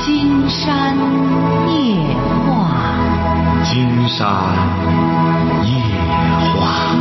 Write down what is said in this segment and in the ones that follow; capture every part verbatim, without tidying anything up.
金山夜话， 金山夜话。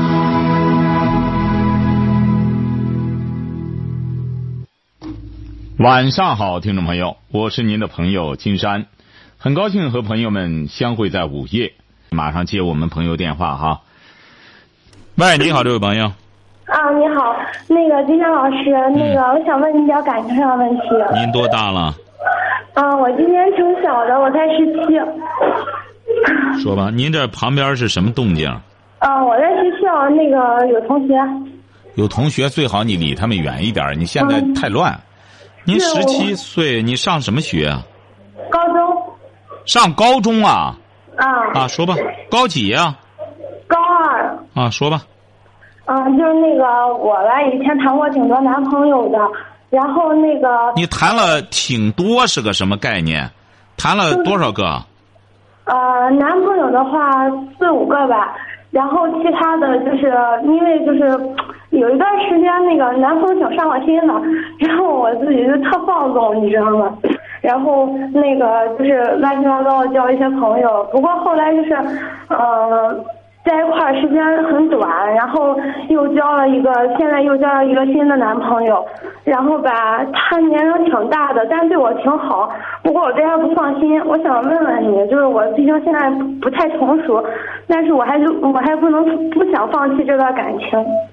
晚上好，听众朋友，我是您的朋友金山，很高兴和朋友们相会在午夜。马上接我们朋友电话哈。喂，你好，这位朋友。 啊，你好，那个金山老师，那个我想问你点感情上的问题。 您多大了？ 啊，我今年挺小的，我才十七。 说吧，您这旁边是什么动静？ 啊，我在学校那个有同学。 有同学最好你离他们远一点，你现在太乱。嗯、您十七岁，你上什么学啊？ 高中。 上高中啊？ 啊。 啊，说吧，高几呀？ 高二。 啊，说吧。 嗯，就是那个我吧，以前谈过挺多男朋友的，然后那个你谈了挺多是个什么概念？谈了多少个？ 呃，男朋友的话四五个吧，然后其他的就是因为就是有一段时间那个男朋友挺上我心的，然后我自己就特放纵，你知道吗？然后那个就是乱七八糟的交一些朋友，不过后来就是呃。在一块儿时间很短，然后又交了一个，现在又交了一个新的男朋友，然后吧，他年龄挺大的，但对我挺好，不过我对他不放心。我想问问你，就是我毕竟现在不太成熟，但是我还是我还不能不想放弃这段感情。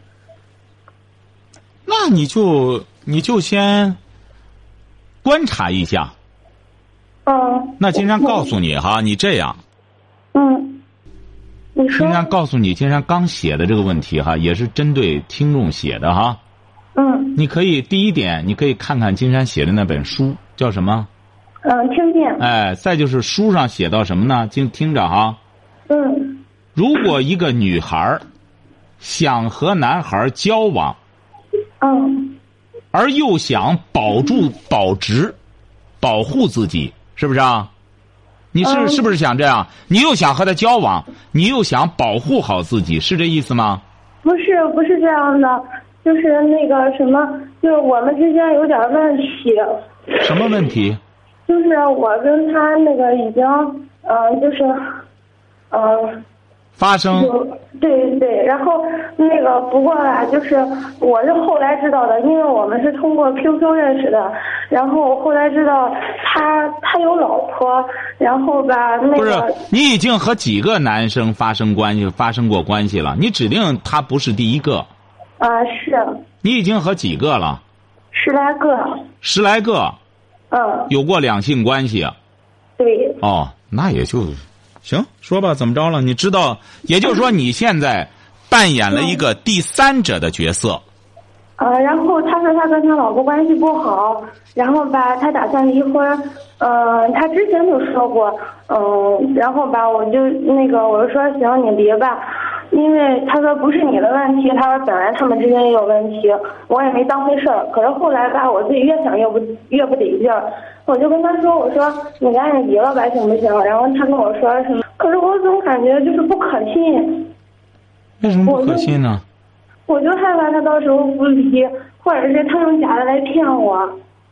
那你就你就先观察一下。 嗯。 那金山告诉你哈，你这样。 嗯。 金山告诉你，金山刚写的这个问题哈，也是针对听众写的哈。 嗯。 你可以第一点，你可以看看金山写的那本书叫什么？ 嗯，听见。 哎，再就是书上写到什么呢？听听着哈。 嗯。 如果一个女孩想和男孩交往， 嗯， 而又想保住、保值、保护自己，是不是啊？你是、嗯、是不是想这样？你又想和他交往，你又想保护好自己，是这意思吗？ 不是，不是这样的，就是那个什么，就是我们之间有点问题。 什么问题？ 就是我跟他那个已经，嗯、呃，就是，嗯、呃。 发生。 对对，然后那个不过吧，就是我是后来知道的，因为我们是通过 Q Q 认识的，然后后来知道他他有老婆，然后吧那个不是你已经和几个男生发生关系发生过关系了，你指定他不是第一个。 啊、呃，是。 你已经和几个了？ 十来个。 十来个。 嗯。 有过两性关系啊？ 对。 哦，那也就。行，说吧，怎么着了？你知道，也就是说，你现在扮演了一个第三者的角色。 呃，然后他说他跟他老婆关系不好，然后吧，他打算离婚。呃，他之前就说过，嗯、呃，然后吧，我就那个，我就说行，你离吧，因为他说不是你的问题，他说本来他们之间也有问题，我也没当回事儿。可是后来吧，我自己越想越不越不得劲儿。我就跟他说，我说你赶紧离了吧，行不行？然后他跟我说什么？可是我总感觉就是不可信。 为什么不可信呢？ 我就, 我就害怕他到时候不离，或者是他用假的来骗我。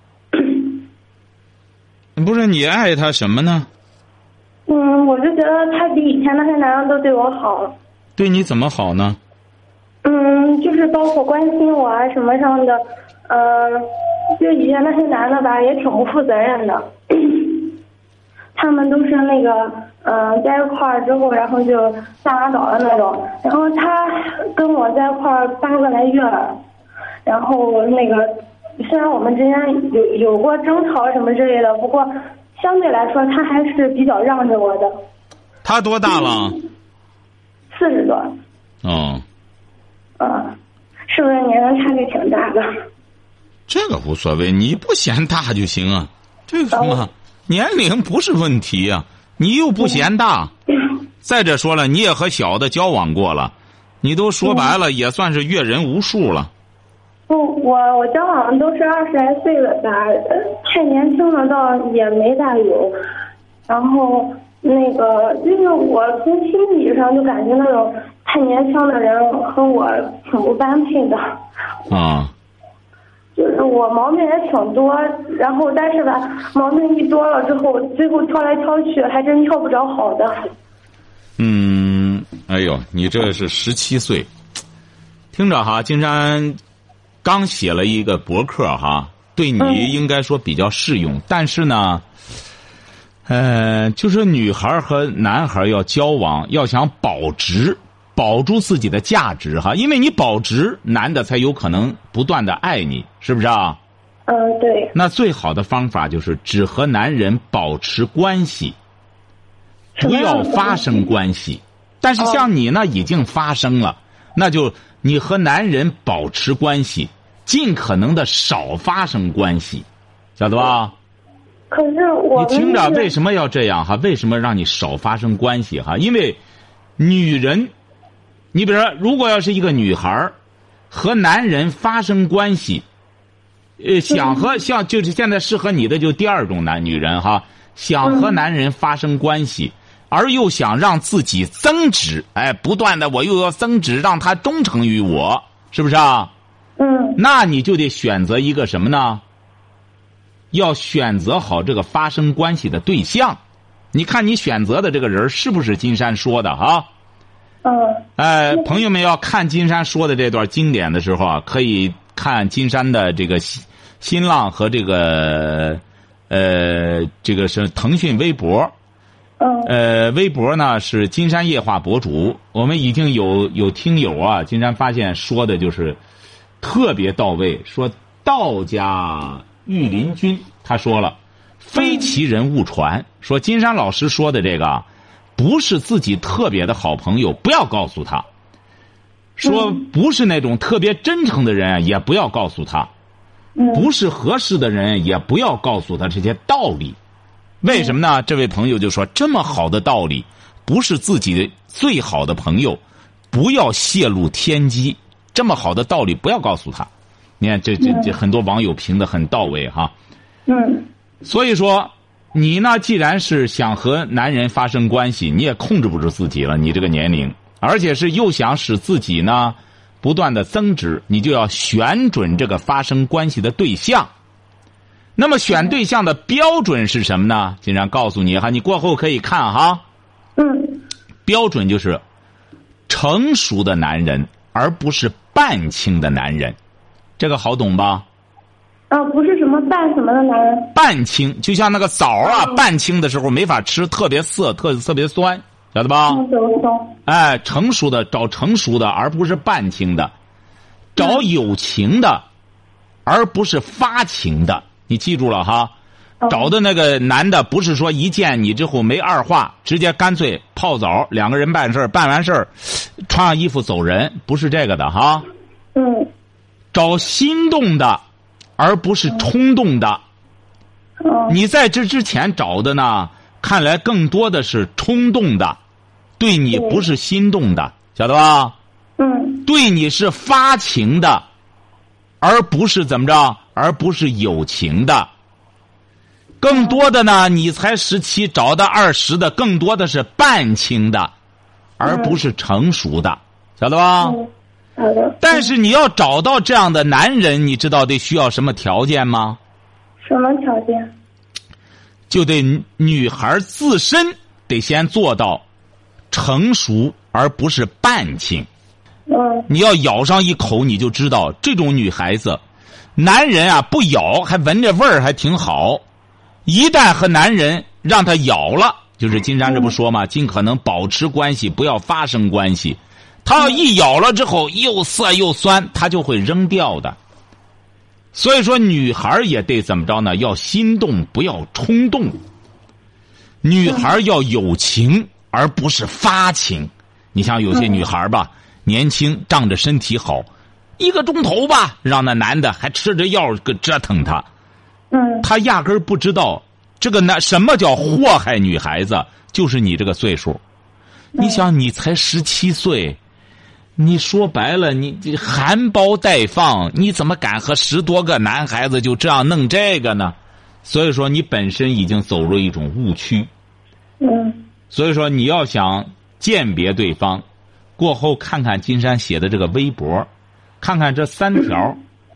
不是你爱他什么呢？ 嗯，我就觉得他比以前那些男人都对我好。 对你怎么好呢？ 嗯，就是包括关心我啊什么上的，呃。就以前那些男的吧，也挺不负责任的。他们都是那个，嗯、呃，在一块儿之后，然后就下拉倒的那种。然后他跟我在一块儿八个来月了，然后那个虽然我们之间有有过争吵什么之类的，不过相对来说，他还是比较让着我的。 他多大了？ 四十多。 哦。 嗯，是不是年龄差距挺大的？ 这个无所谓，你不嫌大就行啊。这个什么、哦、年龄不是问题呀、啊，你又不嫌大。再者说了，你也和小的交往过了，你都说白了、嗯、也算是阅人无数了。 不，我我交往的都是二十来岁了吧，太年轻了倒也没大有。然后那个就是我从心理上就感觉那种太年轻的人和我挺不般配的。 啊。 就是我毛病也挺多，然后但是吧，毛病一多了之后，最后挑来挑去，还真挑不着好的。 嗯，哎呦，你这是十七岁，听着哈，金山刚写了一个博客哈，对你应该说比较适用，嗯、但是呢，呃，就是女孩和男孩要交往，要想保值。保住自己的价值哈，因为你保值，男的才有可能不断的爱你，是不是啊？ 嗯，对。 那最好的方法就是只和男人保持关系，不要发生关系。但是像你呢，已经发生了，那就你和男人保持关系，尽可能的少发生关系，晓得吧？ 可是我你听着，为什么要这样哈？为什么让你少发生关系哈？因为女人。你比如说，如果要是一个女孩和男人发生关系，呃，想和像就是现在适合你的就第二种男女人哈，想和男人发生关系，而又想让自己增值，哎，不断的我又要增值，让他忠诚于我，是不是啊？ 嗯。 那你就得选择一个什么呢？要选择好这个发生关系的对象，你看你选择的这个人是不是金山说的哈？ 嗯， 呃，朋友们要看金山说的这段经典的时候啊，可以看金山的这个新新浪和这个呃这个是腾讯微博。 嗯。 呃，微博呢是金山夜话博主，我们已经有有听友啊，金山发现说的就是特别到位，说道家御林军他说了，非其人勿传，说金山老师说的这个。不是自己特别的好朋友，不要告诉他。说不是那种特别真诚的人，也不要告诉他。不是合适的人，也不要告诉他这些道理。为什么呢？这位朋友就说，这么好的道理，不是自己的最好的朋友，不要泄露天机。这么好的道理，不要告诉他。你看，这这这很多网友评的很到位哈。 嗯。 所以说。你呢？既然是想和男人发生关系，你也控制不住自己了。你这个年龄，而且是又想使自己呢不断的增值，你就要选准这个发生关系的对象。那么选对象的标准是什么呢？经常告诉你哈，你过后可以看哈。 嗯。 标准就是成熟的男人，而不是半青的男人，这个好懂吧？ 啊，不是什么半什么的男人。 半青，就像那个枣啊，嗯、半青的时候没法吃，特别涩，特特别酸，晓得吧？ 嗯，懂。 哎，成熟的找成熟的，而不是半青的；找有情的，而不是发情的。你记住了哈。嗯、找的那个男的，不是说一见你之后没二话，直接干脆泡澡，两个人办事办完事儿，穿上衣服走人，不是这个的哈。 嗯。 找心动的。而不是冲动的，你在这之前找的呢，看来更多的是冲动的，对你不是心动的，晓得吧？ 嗯。 对你是发情的，而不是怎么着，而不是有情的。更多的呢，你才十七，找到二十的，更多的是半情的，而不是成熟的，晓得吧？ 嗯。好的。 但是你要找到这样的男人，你知道得需要什么条件吗？ 什么条件？ 就得女孩自身得先做到成熟，而不是半情。 嗯。你要咬上一口，你就知道这种女孩子，男人啊不咬还闻着味儿还挺好，一旦和男人让他咬了，就是金山这不说吗？尽可能保持关系，不要发生关系。他要一咬了之后又涩又酸，他就会扔掉的。所以说女孩也得怎么着呢？要心动，不要冲动。女孩要有情，而不是发情。你像有些女孩吧，年轻仗着身体好，一个钟头吧，让那男的还吃着药个折腾他。 嗯。 他压根儿不知道这个男什么叫祸害女孩子，就是你这个岁数。你想，你才十七岁。你说白了，你含苞待放，你怎么敢和十多个男孩子就这样弄这个呢？所以说，你本身已经走入一种误区。 嗯。 所以说，你要想鉴别对方，过后看看金山写的这个微博，看看这三条，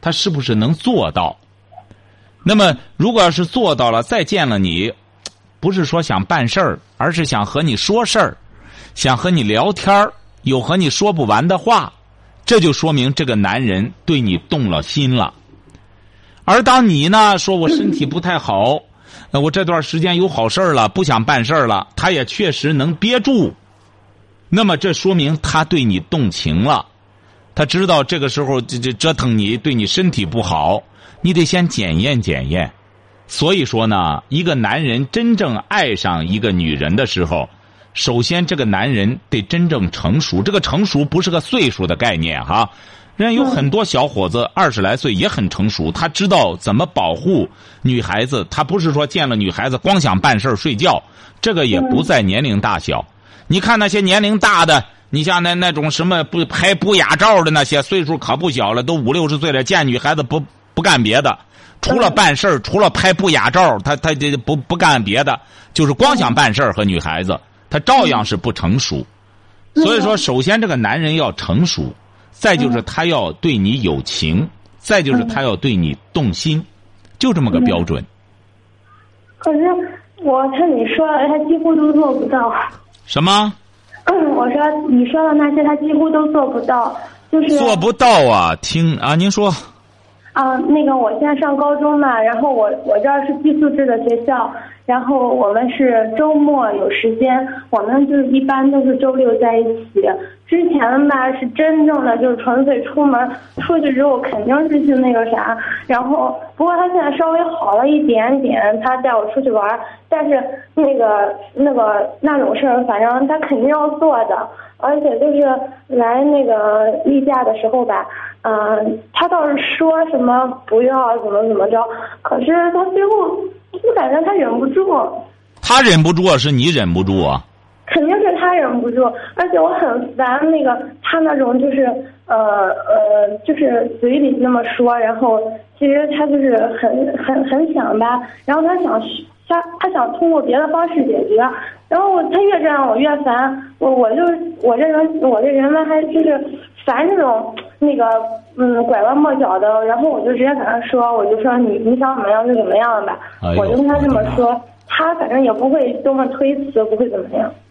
他是不是能做到？那么如果要是做到了，再见了你，不是说想办事儿，而是想和你说事儿，想和你聊天儿，有和你说不完的话，这就说明这个男人对你动了心了。而当你呢说我身体不太好，我这段时间有好事儿了，不想办事儿了，他也确实能憋住，那么这说明他对你动情了，他知道这个时候这这折腾你对你身体不好，你得先检验检验。所以说呢，一个男人真正爱上一个女人的时候，首先这个男人得真正成熟。这个成熟不是个岁数的概念哈，人有很多小伙子二十来岁也很成熟，他知道怎么保护女孩子，他不是说见了女孩子光想办事睡觉，这个也不在年龄大小。你看那些年龄大的，你像那那种什么不拍不雅照的那些，岁数可不小了，都五六十岁了，见女孩子不不干别的，除了办事除了拍不雅照，他他这不不干别的，就是光想办事和女孩子，他照样是不成熟。所以说，首先这个男人要成熟，再就是他要对你有情，再就是他要对你动心，就这么个标准。 可是我看你说的，他几乎都做不到。 什么？ 我说你说的那些，他几乎都做不到，就是做不到啊！听啊，您说。 啊，那个我现在上高中嘛，然后我我这儿是寄宿制的学校，然后我们是周末有时间，我们就是一般都是周六在一起。之前吧是真正的就是纯粹出门，出去之后肯定是去那个啥，然后不过他现在稍微好了一点点，他带我出去玩，但是那个那个那种事儿，反正他肯定要做的，而且就是来那个例假的时候吧。嗯、呃，他倒是说什么不要怎么怎么着，可是他最后就感觉他忍不住。 他忍不住啊，是你忍不住啊？ 肯定是他忍不住，而且我很烦那个他那种就是呃呃，就是嘴里那么说，然后其实他就是很很很想吧，然后他想他他想通过别的方式解决，然后他越这样我越烦，我我就我这人我这人呢还就是烦这种那个嗯拐弯抹角的，然后我就直接跟他说，我就说你你想怎么样就怎么样吧，哎、我就跟他这么说，他反正也不会多么推辞，不会怎么样。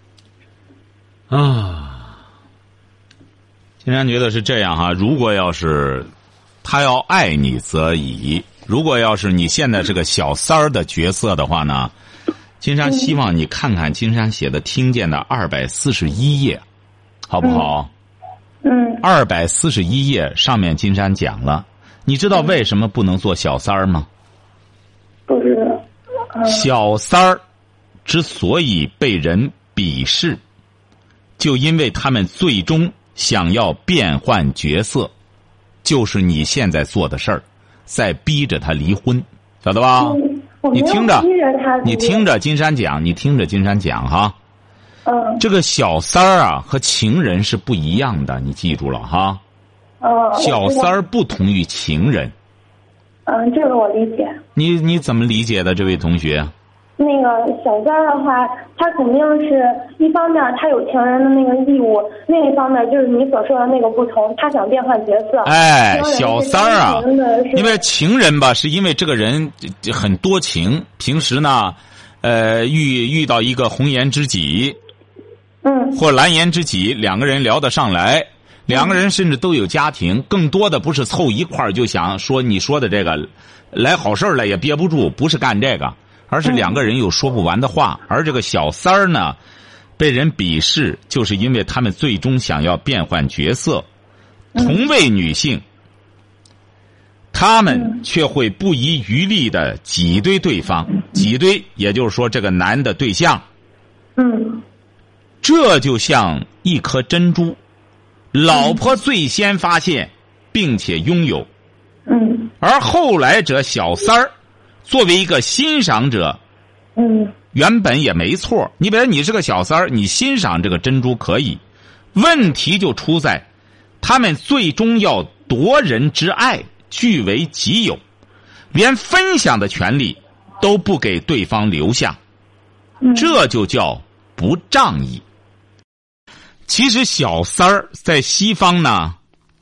啊，金山觉得是这样哈，如果要是他要爱你则已，如果要是你现在是个小三儿的角色的话呢，金山希望你看看金山写的听见的二百四十一页，好不好？ 嗯。 二百四十一页上面金山讲了，你知道为什么不能做小三儿吗？ 不知道。嗯、 小三儿之所以被人鄙视，就因为他们最终想要变换角色，就是你现在做的事儿，在逼着他离婚，晓得吧？ 嗯、 你听着，你听着金山讲，你听着金山讲哈。 嗯。 这个小三儿啊和情人是不一样的，你记住了哈。 嗯。 小三儿不同于情人。 嗯，这个我理解。 你你怎么理解的，这位同学？ 那个小三儿的话，他肯定是一方面他有情人的那个义务，另一方面就是你所说的那个不同，他想变换角色。 哎，小三儿啊，因为情人吧，是因为这个人很多情，平时呢，呃，遇遇到一个红颜知己， 嗯， 或蓝颜知己，两个人聊得上来。两个人甚至都有家庭，更多的不是凑一块儿就想说你说的这个来好事了也憋不住，不是干这个，而是两个人有说不完的话。而这个小三儿呢，被人鄙视，就是因为他们最终想要变换角色。同为女性，他们却会不遗余力的挤兑对方，挤兑也就是说这个男的对象。 嗯， 这就像一颗珍珠。老婆最先发现，并且拥有， 嗯， 而后来者小三儿，作为一个欣赏者， 嗯， 原本也没错。你比如你是个小三儿，你欣赏这个珍珠可以，问题就出在，他们最终要夺人之爱，据为己有，连分享的权利都不给对方留下，这就叫不仗义。其实小三儿在西方呢，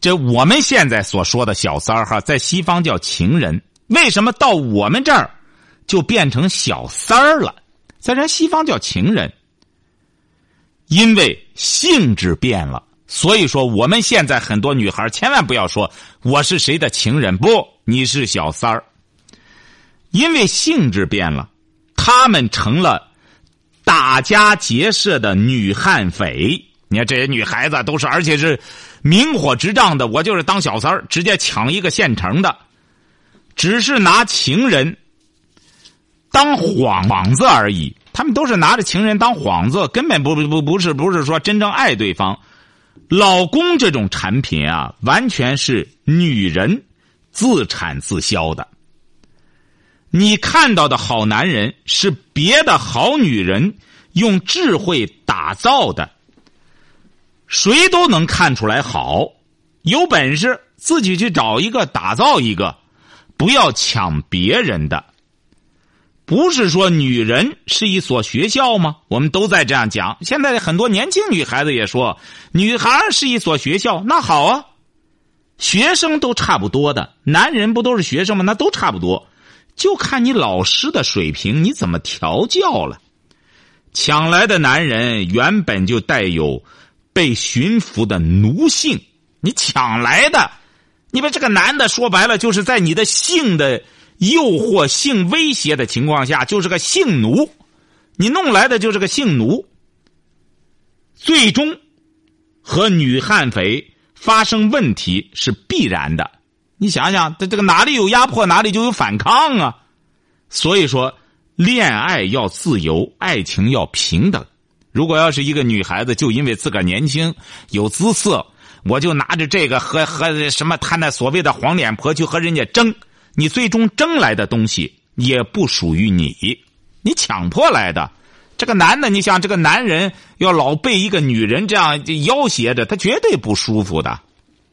这我们现在所说的小三儿哈，在西方叫情人，为什么到我们这儿就变成小三儿了？在这西方叫情人，因为性质变了。所以说我们现在很多女孩千万不要说我是谁的情人，不，你是小三儿。因为性质变了，他们成了打家劫舍的女悍匪。你看这些女孩子都是，而且是明火执仗的，我就是当小三儿，直接抢一个现成的，只是拿情人当幌子而已。他们都是拿着情人当幌子，根本不不不是不是说真正爱对方。老公这种产品啊，完全是女人自产自销的。你看到的好男人是别的好女人用智慧打造的，谁都能看出来好，有本事自己去找一个打造一个，不要抢别人的。不是说女人是一所学校吗？我们都在这样讲。现在很多年轻女孩子也说女孩是一所学校，那好啊，学生都差不多的，男人不都是学生吗？那都差不多，就看你老师的水平你怎么调教了。抢来的男人原本就带有被驯服的奴性，你抢来的，你把这个男的说白了就是在你的性的诱惑、性威胁的情况下就是个性奴，你弄来的就是个性奴，最终和女悍匪发生问题是必然的。你想想，这这个哪里有压迫哪里就有反抗啊。所以说恋爱要自由，爱情要平等。如果要是一个女孩子就因为自个儿年轻有姿色，我就拿着这个和和什么她那所谓的黄脸婆去和人家争，你最终争来的东西也不属于你，你强迫来的。这个男的，你想这个男人要老被一个女人这样要挟着，他绝对不舒服的。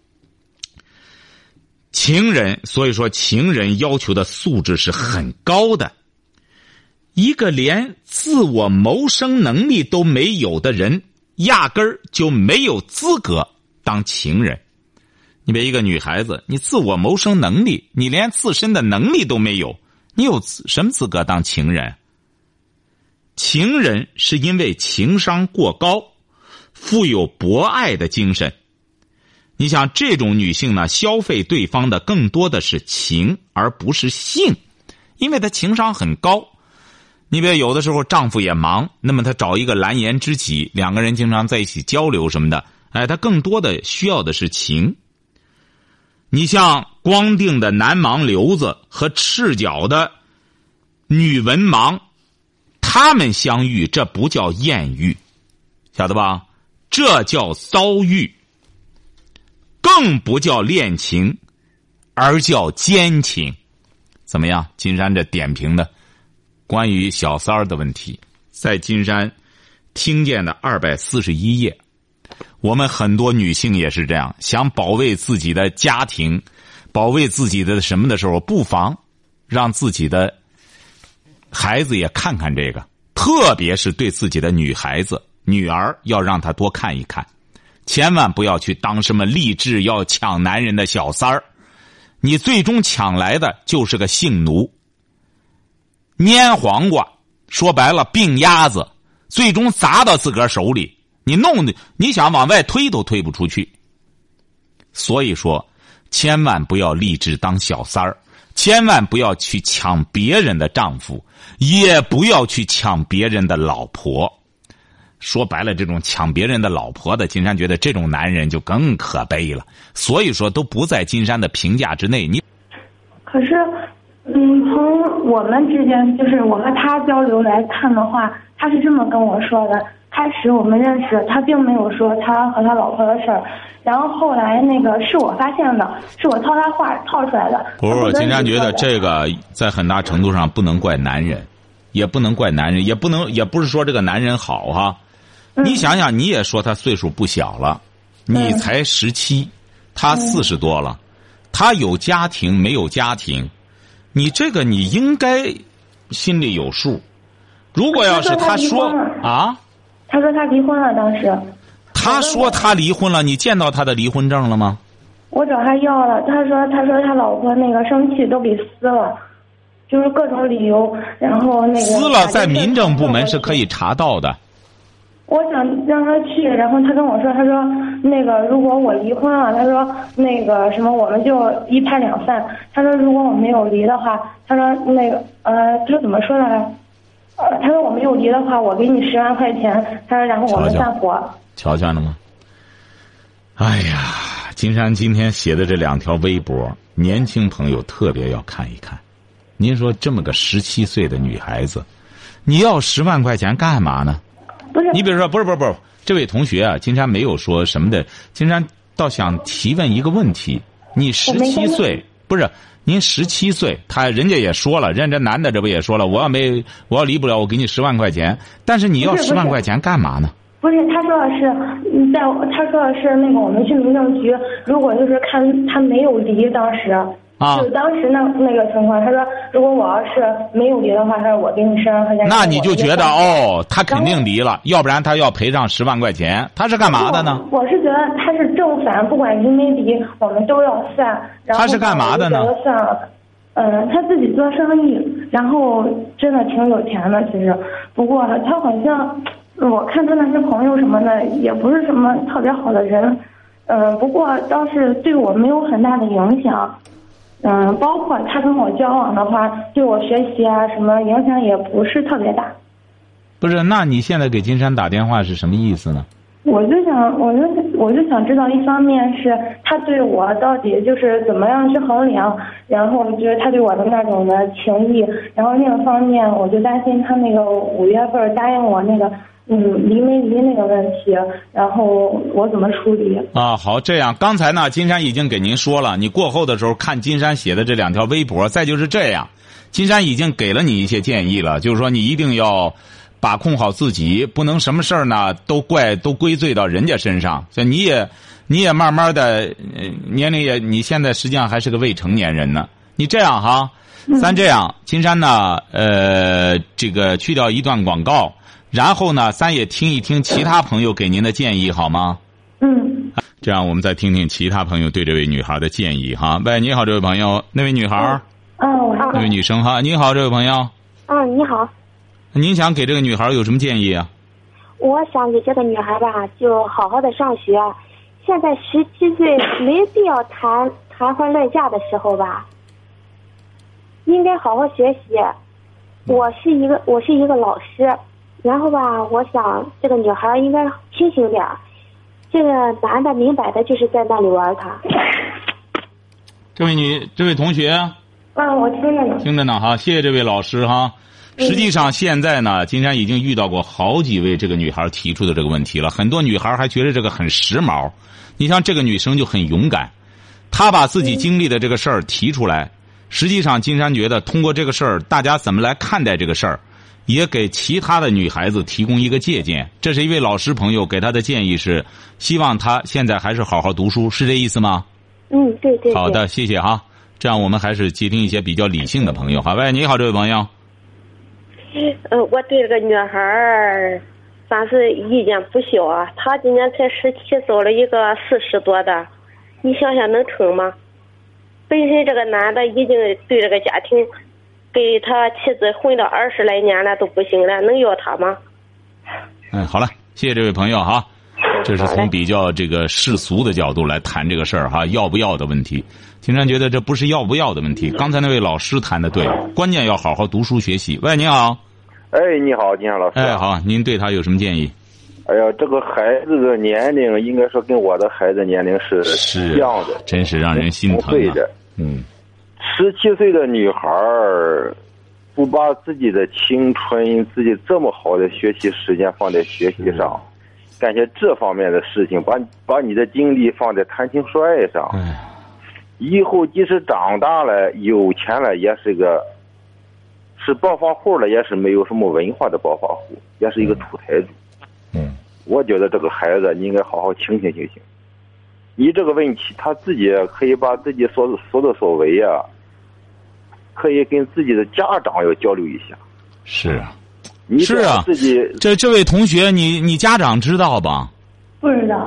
情人，所以说情人要求的素质是很高的。一个连自我谋生能力都没有的人，压根儿就没有资格当情人。你别一个女孩子，你自我谋生能力，你连自身的能力都没有，你有什么资格当情人？情人是因为情商过高，富有博爱的精神。你想这种女性呢，消费对方的更多的是情而不是性，因为她情商很高。你别有的时候丈夫也忙，那么她找一个蓝颜知己，两个人经常在一起交流什么的，哎，她更多的需要的是情。你像光腚的男盲流子和赤脚的女文盲，他们相遇，这不叫艳遇，晓得吧？这叫骚遇，更不叫恋情，而叫奸情。怎么样？金山这点评的关于小三儿的问题，在金山听见的二百四十一页。我们很多女性也是这样，想保卫自己的家庭，保卫自己的什么的时候，不妨让自己的孩子也看看这个，特别是对自己的女孩子、女儿，要让她多看一看，千万不要去当什么励志要抢男人的小三儿，你最终抢来的就是个性奴，蔫黄瓜，说白了病鸭子，最终砸到自个儿手里，你弄的你想往外推都推不出去。所以说千万不要立志当小三儿，千万不要去抢别人的丈夫，也不要去抢别人的老婆。说白了，这种抢别人的老婆的，金山觉得这种男人就更可悲了，所以说都不在金山的评价之内。你可是嗯，从我们之间就是我和他交流来看的话，他是这么跟我说的，开始我们认识，他并没有说他和他老婆的事儿，然后后来那个是我发现的，是我套他话套出来的。 不是，金山觉得这个在很大程度上不能怪男人，也不能怪男人，也不能也不是说这个男人好哈。嗯、你想想，你也说他岁数不小了，你才十七、嗯，他四十多了、嗯，他有家庭没有家庭，你这个你应该心里有数。如果要是他说啊。 他说他离婚了，当时。 他说他离婚了，你见到他的离婚证了吗？ 我找他要了，他说他说他老婆那个生气都给撕了，就是各种理由，然后那个撕了，在民政部门是可以查到的。 我想让他去，然后他跟我说，他说那个如果我离婚了，他说那个什么我们就一拍两散。他说如果我没有离的话，他说那个呃，他说怎么说呢？呃，他说我没有离的话，我给你十万块钱。他说然后我们散伙。 瞧见了吗？哎呀，金山今天写的这两条微博，年轻朋友特别要看一看。您说这么个十七岁的女孩子，你要十万块钱干嘛呢？ 不是， 你比如说，不是不是不是，这位同学啊，金山没有说什么的，金山倒想提问一个问题：你十七岁，不是您十七岁，他人家也说了，人家男的这不也说了，我要没我要离不了，我给你十万块钱，但是你要十万块钱干嘛呢？ 不是，他说的是在，他说的是那个我们去民政局，如果就是看他没有离，当时。啊，就当时那那个情况，他说如果我要是没有离的话，他说我给你十万块钱。 那你就觉得哦，他肯定离了，要不然他要赔上十万块钱，他是干嘛的呢？ 我, 我是觉得他是正反，不管离没离，我们都要散。然后他是干嘛的呢？ 算了，嗯，他自己做生意，然后真的挺有钱的，其实。不过他好像，我看他那些朋友什么的，也不是什么特别好的人。嗯，不过倒是对我没有很大的影响。嗯，包括他跟我交往的话，对我学习啊什么影响也不是特别大。 不是，那你现在给金山打电话是什么意思呢？ 我就想，我就我就想知道，一方面是他对我到底就是怎么样去衡量，然后就是他对我的那种的情谊，然后另一方面我就担心他那个五月份答应我那个。嗯，离没离那个问题，然后我怎么处理啊？好，这样，刚才呢，金山已经给您说了，你过后的时候看金山写的这两条微博，再就是这样，金山已经给了你一些建议了，就是说你一定要把控好自己，不能什么事儿呢都怪都归罪到人家身上。所以你也你也慢慢的年龄也，你现在实际上还是个未成年人呢。你这样哈，咱这样，金山呢，呃，这个去掉一段广告。然后呢，咱也听一听其他朋友给您的建议，好吗？ 嗯。 这样，我们再听听其他朋友对这位女孩的建议哈。喂，你好，这位朋友，那位女孩。 嗯，我好。 那位女生哈，你好，这位朋友。 嗯，你好。 您想给这个女孩有什么建议啊？ 我想给这个女孩吧，就好好的上学。现在十七岁，没必要谈谈婚论嫁的时候吧。应该好好学习。我是一个，我是一个老师。然后吧，我想这个女孩应该清醒点，这个男的明摆的就是在那里玩她。 这位女，这位同学。 嗯，我听着呢。 听着呢哈，谢谢这位老师哈。实际上现在呢，金山已经遇到过好几位这个女孩提出的这个问题了，很多女孩还觉得这个很时髦。你像这个女生就很勇敢，她把自己经历的这个事儿提出来。实际上，金山觉得通过这个事儿，大家怎么来看待这个事儿？也给其他的女孩子提供一个借鉴。这是一位老师朋友给她的建议是，希望她现在还是好好读书，是这意思吗？ 嗯，对对对。 好的，谢谢哈。这样我们还是接听一些比较理性的朋友哈。喂，你好，这位朋友。 嗯，我对这个女孩儿算是意见不小啊。她今年才十七，找了一个四十多的，你想想能成吗？本身这个男的已经对这个家庭。给他妻子混了二十来年了都不行了，能要他吗？ 嗯，好了，谢谢这位朋友哈。这是从比较这个世俗的角度来谈这个事儿哈，要不要的问题。金山觉得这不是要不要的问题。刚才那位老师谈的对，关键要好好读书学习。喂，你好。 哎，你好，金山老师。 哎，好，您对他有什么建议？ 哎呀，这个孩子的年龄应该说跟我的孩子年龄是一样的， 真是让人心疼啊。嗯。 十七岁的女孩儿，不把自己的青春、自己这么好的学习时间放在学习上，干些这方面的事情，把把你的精力放在谈情说爱上，以后即使长大了、有钱了，也是个是暴发户了，也是没有什么文化的暴发户，也是一个土财主。 嗯， 我觉得这个孩子你应该好好清醒清醒。你这个问题，他自己可以把自己所所作所为啊。可以跟自己的家长要交流一下。 是啊， 你是啊， 自己这这位同学，你你家长知道吧？ 不知道。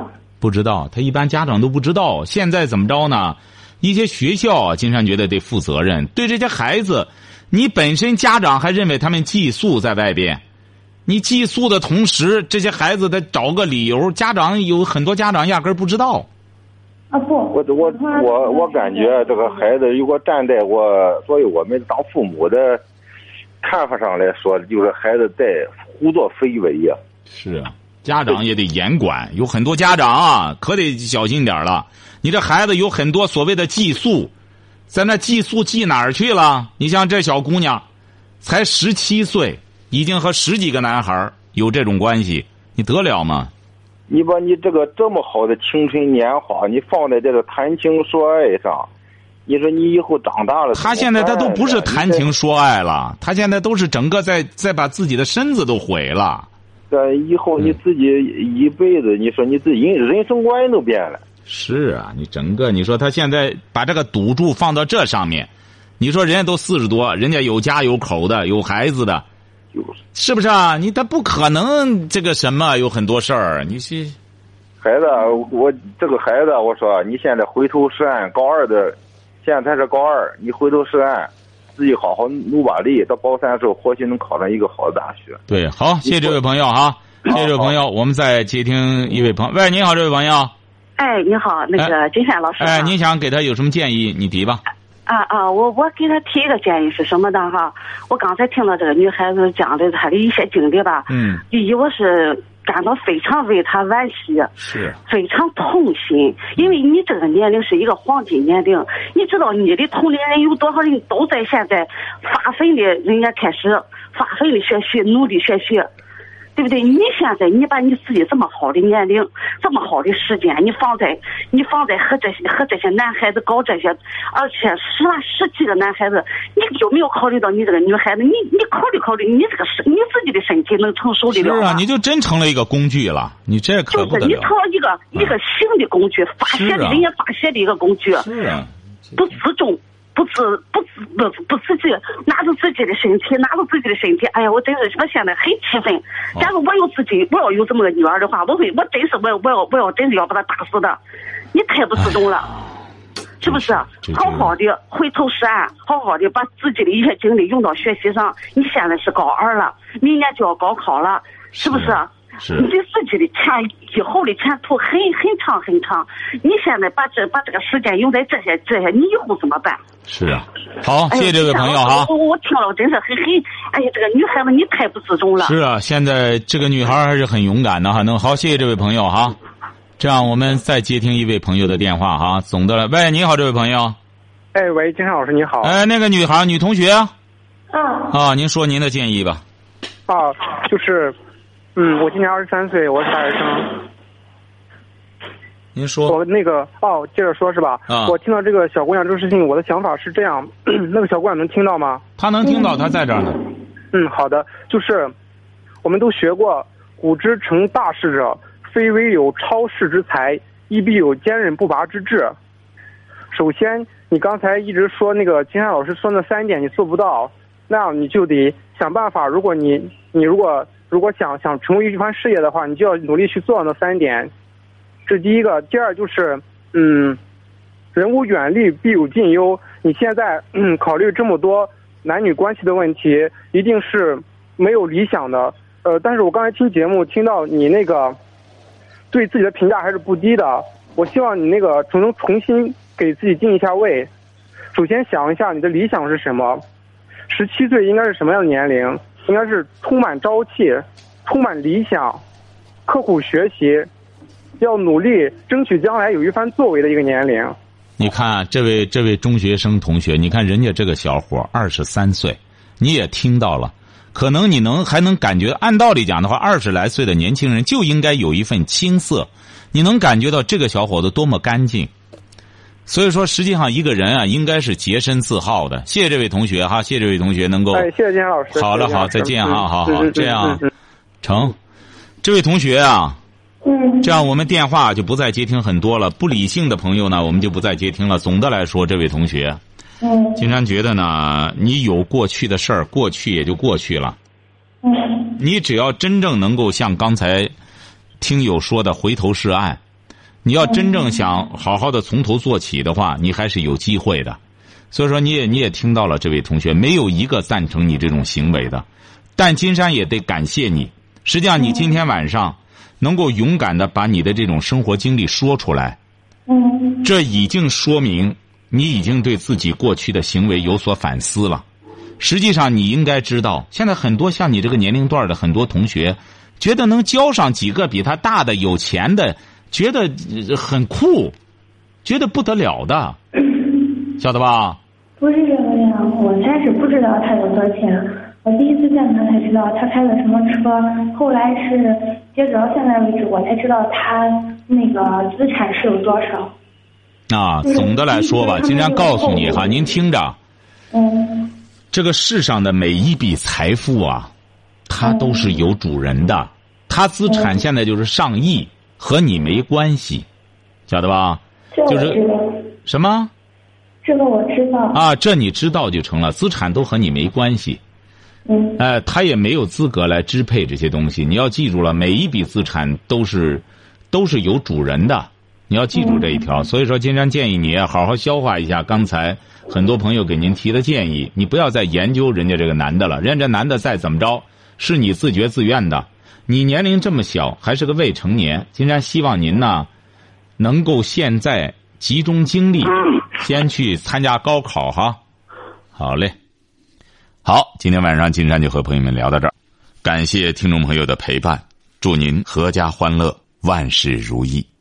不知道，他一般家长都不知道。现在怎么着呢？一些学校啊，金山觉得得负责任，对这些孩子，你本身家长还认为他们寄宿在外边，你寄宿的同时，这些孩子得找个理由，家长有很多家长压根儿不知道。 啊不， 我我我我感觉这个孩子，如果站在我作为我们当父母的看法上来说，就是孩子在胡作非为呀。 是啊，家长也得严管，有很多家长啊，可得小心点了。你这孩子有很多所谓的寄宿，在那寄宿寄哪儿去了？你像这小姑娘，才十七岁，已经和十几个男孩有这种关系，你得了吗？ 你把你这个这么好的青春年华，你放在这个谈情说爱上，你说你以后长大了， 他现在他都不是谈情说爱了，他现在都是整个在在把自己的身子都毁了。 对，以后你自己一辈子，你说你自己人生观都变了。 是啊，你整个你说他现在把这个赌注放到这上面，你说人家都四十多，人家有家有口的，有孩子的，是不是啊？你他不可能这个什么有很多事儿，你是孩子，我这个孩子，我说你现在回头是岸，高二的，现在才是高二，你回头是岸，自己好好努把力，到高三的时候或许能考上一个好的大学。 对，好，谢谢这位朋友哈，谢谢这位朋友，我们再接听一位朋友。喂，你好，这位朋友。 哎，你好，那个金山老师。 哎，你想给他有什么建议？你提吧。 啊啊，我我给他提一个建议是什么呢？哈，我刚才听到这个女孩子讲的她的一些经历吧， 嗯， 第一我是感到非常为她惋惜， 是非常痛心，因为你这个年龄是一个黄金年龄，你知道你的同龄人有多少人都在现在发奋的，人家开始发奋的学习，努力学习。对不对？你现在你把你自己这么好的年龄，这么好的时间，你放在你放在和这些和这些男孩子搞这些，而且十来十几个男孩子，你有没有考虑到你这个女孩子？你你考虑考虑，你这个身你自己的身体能承受得了吗？ 是啊，你就真成了一个工具了，你这可不得了。 就是你成了一个、啊、一个新的工具，发泄的、啊、人家发泄的一个工具， 是啊， 不自重。不自不自不不自己拿着自己的身体，拿着自己的身体，哎呀，我真是我现在很气愤。假如我有自己，我要有这么个女儿的话，我会，我真是我要我要我要真是要把她打死的。你太不自重了，是不是？好好的回头是岸，好好的把自己的一些精力用到学习上。你现在是高二了，明年就要高考了，是不是？ 是你对自己的前以后的前途很很长很长，你现在把这把这个时间用在这些这些，你以后怎么办？ 是啊，好，谢谢这位朋友哈。 我我听了，我真是很很，哎呀，这个女孩子你太不自重了。 是啊，现在这个女孩还是很勇敢的哈。能好，谢谢这位朋友哈。这样我们再接听一位朋友的电话哈。总的来，喂，你好，这位朋友。 哎，喂，金山老师你好。 哎，那个女孩，女同学。 嗯。 啊，您说您的建议吧。 啊，就是。嗯，我今年二十三岁，我是大学生。 您说。 我那个哦，接着说是吧？ 啊。 我听到这个小姑娘这个事情，我的想法是这样，那个小姑娘能听到吗？ 她能听到，她在这儿呢。 嗯，好的，就是我们都学过“古之成大事者，非为有超世之才，亦必有坚韧不拔之志”。首先，你刚才一直说那个金山老师说那三点你做不到，那样你就得想办法。如果你你如果如果想想成为一番事业的话，你就要努力去做那三点，这是第一个。第二就是，嗯，人无远虑，必有近忧。你现在嗯考虑这么多男女关系的问题，一定是没有理想的。呃，但是我刚才听节目听到你那个对自己的评价还是不低的。我希望你那个重重重新给自己定一下位。首先想一下你的理想是什么？十七岁应该是什么样的年龄？应该是充满朝气，充满理想，刻苦学习，要努力争取将来有一番作为的一个年龄。 你看这位这位中学生同学，你看人家这个小伙二十三岁，你也听到了，可能你能还能感觉，按道理讲的话，二十来岁的年轻人就应该有一份青涩，你能感觉到这个小伙子多么干净。所以说，实际上一个人啊，应该是洁身自好的。谢谢这位同学哈，谢谢这位同学能够。 哎，谢谢金山老师。 好了，好，再见哈，好好，这样嗯、 成。这位同学啊， 嗯， 这样我们电话就不再接听很多了。不理性的朋友呢，我们就不再接听了。总的来说，这位同学， 嗯， 金山觉得呢，你有过去的事儿，过去也就过去了。 嗯， 你只要真正能够像刚才听友说的回头是岸。 你要真正想好好的从头做起的话，你还是有机会的。所以说你也你也听到了，这位同学没有一个赞成你这种行为的，但金山也得感谢你。实际上你今天晚上能够勇敢的把你的这种生活经历说出来， 嗯， 这已经说明你已经对自己过去的行为有所反思了。实际上你应该知道，现在很多像你这个年龄段的很多同学觉得能交上几个比他大的有钱的，觉得很酷，觉得不得了的，晓得吧？ 不是这个样，我开始不知道他有多钱，我第一次见他才知道他开的什么车，后来是截止到现在为止，我才知道他那个资产是有多少。 啊，总的来说吧，金山告诉你哈，您听着， 嗯， 这个世上的每一笔财富啊，它都是有主人的，它资产现在就是上亿，和你没关系，晓得吧？就是什么？ 这个我知道啊，这你知道就成了，资产都和你没关系。 嗯， 哎、呃，他也没有资格来支配这些东西。你要记住了，每一笔资产都是都是有主人的，你要记住这一条。嗯、所以说，金山建议你好好消化一下刚才很多朋友给您提的建议，你不要再研究人家这个男的了，人家这男的再怎么着，是你自觉自愿的。你年龄这么小，还是个未成年，金山希望您呢，能够现在集中精力，先去参加高考哈。好嘞。好，今天晚上金山就和朋友们聊到这儿，感谢听众朋友的陪伴，祝您阖家欢乐，万事如意。